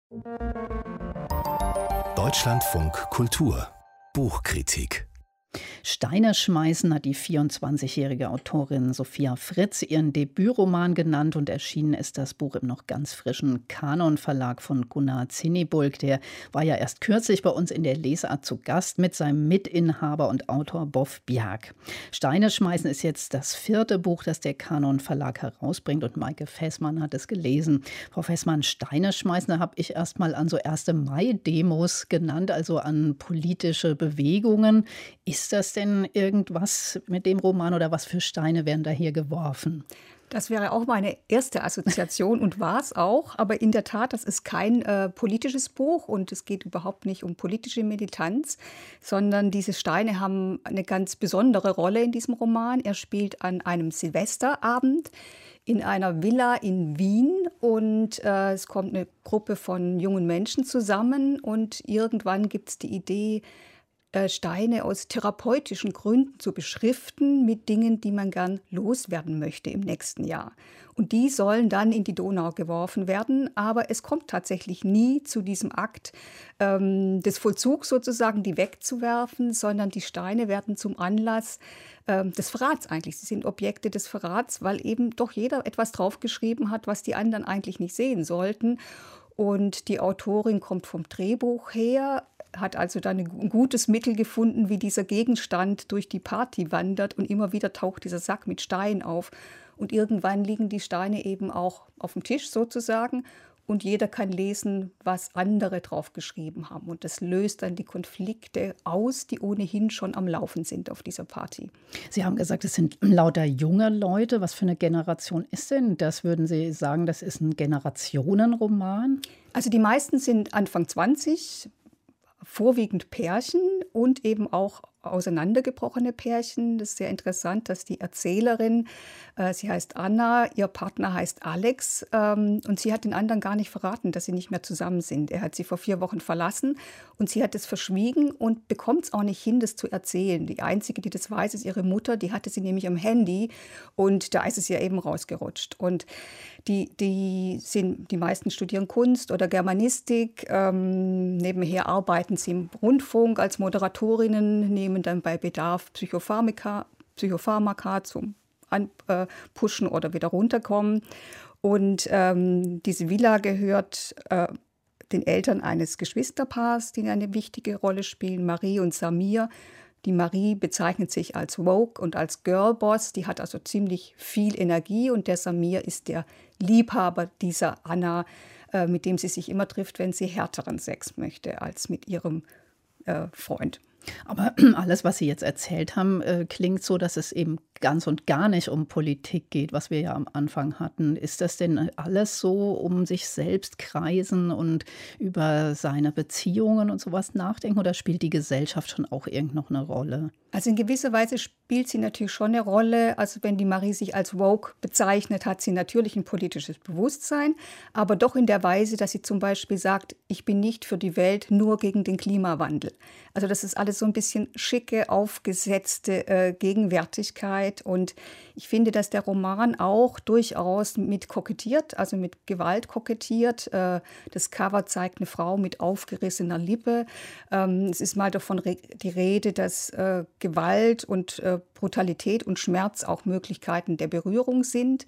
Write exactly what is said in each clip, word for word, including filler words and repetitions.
Deutschlandfunk Kultur Buchkritik. Steine schmeißen hat die vierundzwanzigjährige Autorin Sophia Fritz ihren Debütroman genannt, und erschienen ist das Buch im noch ganz frischen Kanon Verlag von Gunnar Zinneburg. Der war ja erst kürzlich bei uns in der Lesart zu Gast mit seinem Mitinhaber und Autor Boff Bjerg. Steine schmeißen ist jetzt das vierte Buch, das der Kanon Verlag herausbringt, und Maike Fessmann hat es gelesen. Frau Fessmann, Steine schmeißen, da habe ich erst mal an so erste Mai-Demos genannt, also an politische Bewegungen. Ist das denn irgendwas mit dem Roman, oder was für Steine werden da hier geworfen? Das wäre auch meine erste Assoziation und war es auch. Aber in der Tat, das ist kein äh, politisches Buch und es geht überhaupt nicht um politische Militanz, sondern diese Steine haben eine ganz besondere Rolle in diesem Roman. Er spielt an einem Silvesterabend in einer Villa in Wien, und äh, es kommt eine Gruppe von jungen Menschen zusammen, und irgendwann gibt es die Idee, Steine aus therapeutischen Gründen zu beschriften mit Dingen, die man gern loswerden möchte im nächsten Jahr. Und die sollen dann in die Donau geworfen werden, aber es kommt tatsächlich nie zu diesem Akt ähm, des Vollzugs sozusagen, die wegzuwerfen, sondern die Steine werden zum Anlass ähm, des Verrats eigentlich. Sie sind Objekte des Verrats, weil eben doch jeder etwas draufgeschrieben hat, was die anderen eigentlich nicht sehen sollten. Und die Autorin kommt vom Drehbuch her, hat also dann ein gutes Mittel gefunden, wie dieser Gegenstand durch die Party wandert, und immer wieder taucht dieser Sack mit Steinen auf. Und irgendwann liegen die Steine eben auch auf dem Tisch sozusagen, und jeder kann lesen, was andere drauf geschrieben haben. Und das löst dann die Konflikte aus, die ohnehin schon am Laufen sind auf dieser Party. Sie haben gesagt, es sind lauter junge Leute. Was für eine Generation ist denn das? Würden Sie sagen, das ist ein Generationenroman? Also die meisten sind Anfang zwanzig, vorwiegend Pärchen und eben auch auseinandergebrochene Pärchen. Das ist sehr interessant, dass die Erzählerin, äh, sie heißt Anna, ihr Partner heißt Alex, ähm, und sie hat den anderen gar nicht verraten, dass sie nicht mehr zusammen sind. Er hat sie vor vier Wochen verlassen und sie hat es verschwiegen und bekommt es auch nicht hin, das zu erzählen. Die Einzige, die das weiß, ist ihre Mutter. Die hatte sie nämlich am Handy, und da ist es ihr eben rausgerutscht. Und die, die, sind, die meisten studieren Kunst oder Germanistik. Ähm, nebenher arbeiten sie im Rundfunk als Moderatorinnen, nehmen dann bei Bedarf Psychopharmaka, Psychopharmaka zum Anpushen oder wieder runterkommen. Und ähm, diese Villa gehört äh, den Eltern eines Geschwisterpaars, die eine wichtige Rolle spielen, Marie und Samir. Die Marie bezeichnet sich als Vogue und als Girlboss. Die hat also ziemlich viel Energie, und der Samir ist der Liebhaber dieser Anna, äh, mit dem sie sich immer trifft, wenn sie härteren Sex möchte als mit ihrem äh, Freund. Aber alles, was Sie jetzt erzählt haben, äh, klingt so, dass es eben ganz und gar nicht um Politik geht, was wir ja am Anfang hatten. Ist das denn alles so um sich selbst kreisen und über seine Beziehungen und sowas nachdenken, oder spielt die Gesellschaft schon auch irgend noch eine Rolle? Also in gewisser Weise spielt sie natürlich schon eine Rolle. Also wenn die Marie sich als Vogue bezeichnet, hat sie natürlich ein politisches Bewusstsein, aber doch in der Weise, dass sie zum Beispiel sagt, ich bin nicht für die Welt, nur gegen den Klimawandel. Also das ist alles so ein bisschen schicke, aufgesetzte äh, Gegenwärtigkeit. Und ich finde, dass der Roman auch durchaus mit kokettiert, also mit Gewalt kokettiert. Äh, das Cover zeigt eine Frau mit aufgerissener Lippe. Ähm, es ist mal davon re- die Rede, dass äh, Gewalt und äh, Brutalität und Schmerz auch Möglichkeiten der Berührung sind.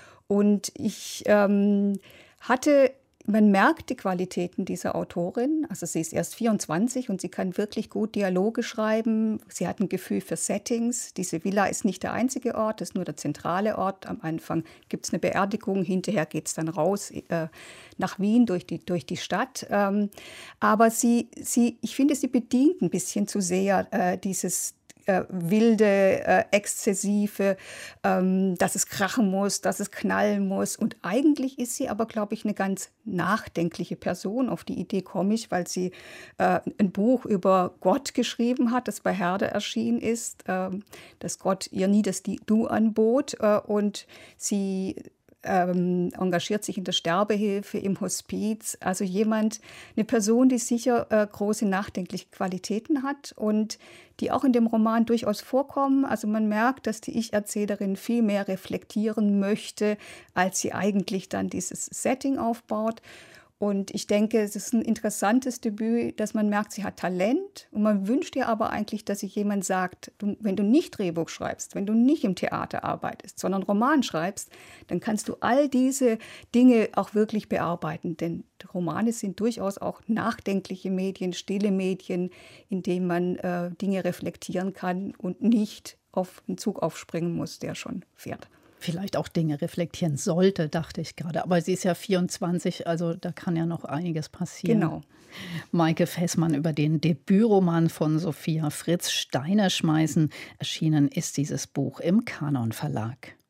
Und ich ähm, hatte Man merkt die Qualitäten dieser Autorin. Also sie ist erst vierundzwanzig und sie kann wirklich gut Dialoge schreiben. Sie hat ein Gefühl für Settings. Diese Villa ist nicht der einzige Ort, das ist nur der zentrale Ort. Am Anfang gibt es eine Beerdigung, hinterher geht es dann raus äh, nach Wien durch die, durch die Stadt. Ähm, aber sie, sie, ich finde, sie bedient ein bisschen zu sehr äh, dieses Äh, wilde, äh, exzessive, ähm, dass es krachen muss, dass es knallen muss. Und eigentlich ist sie aber, glaube ich, eine ganz nachdenkliche Person. Auf die Idee komme ich, weil sie äh, ein Buch über Gott geschrieben hat, das bei Herde erschienen ist, äh, dass Gott ihr nie das Du anbot. Äh, und sie ähm, engagiert sich in der Sterbehilfe, im Hospiz. Also jemand, eine Person, die sicher äh, große nachdenkliche Qualitäten hat und die auch in dem Roman durchaus vorkommen. Also man merkt, dass die Ich-Erzählerin viel mehr reflektieren möchte, als sie eigentlich dann dieses Setting aufbaut. Und ich denke, es ist ein interessantes Debüt, dass man merkt, sie hat Talent. Und man wünscht ihr aber eigentlich, dass sich jemand sagt, du, wenn du nicht Drehbuch schreibst, wenn du nicht im Theater arbeitest, sondern Roman schreibst, dann kannst du all diese Dinge auch wirklich bearbeiten. Denn Romane sind durchaus auch nachdenkliche Medien, stille Medien, in denen man äh, Dinge reflektieren kann und nicht auf einen Zug aufspringen muss, der schon fährt. Vielleicht auch Dinge reflektieren sollte, dachte ich gerade. Aber sie ist ja vierundzwanzig, also da kann ja noch einiges passieren. Genau. Maike Fessmann über den Debütroman von Sophia Fritz, Steine schmeißen. Erschienen ist dieses Buch im Kanon Verlag.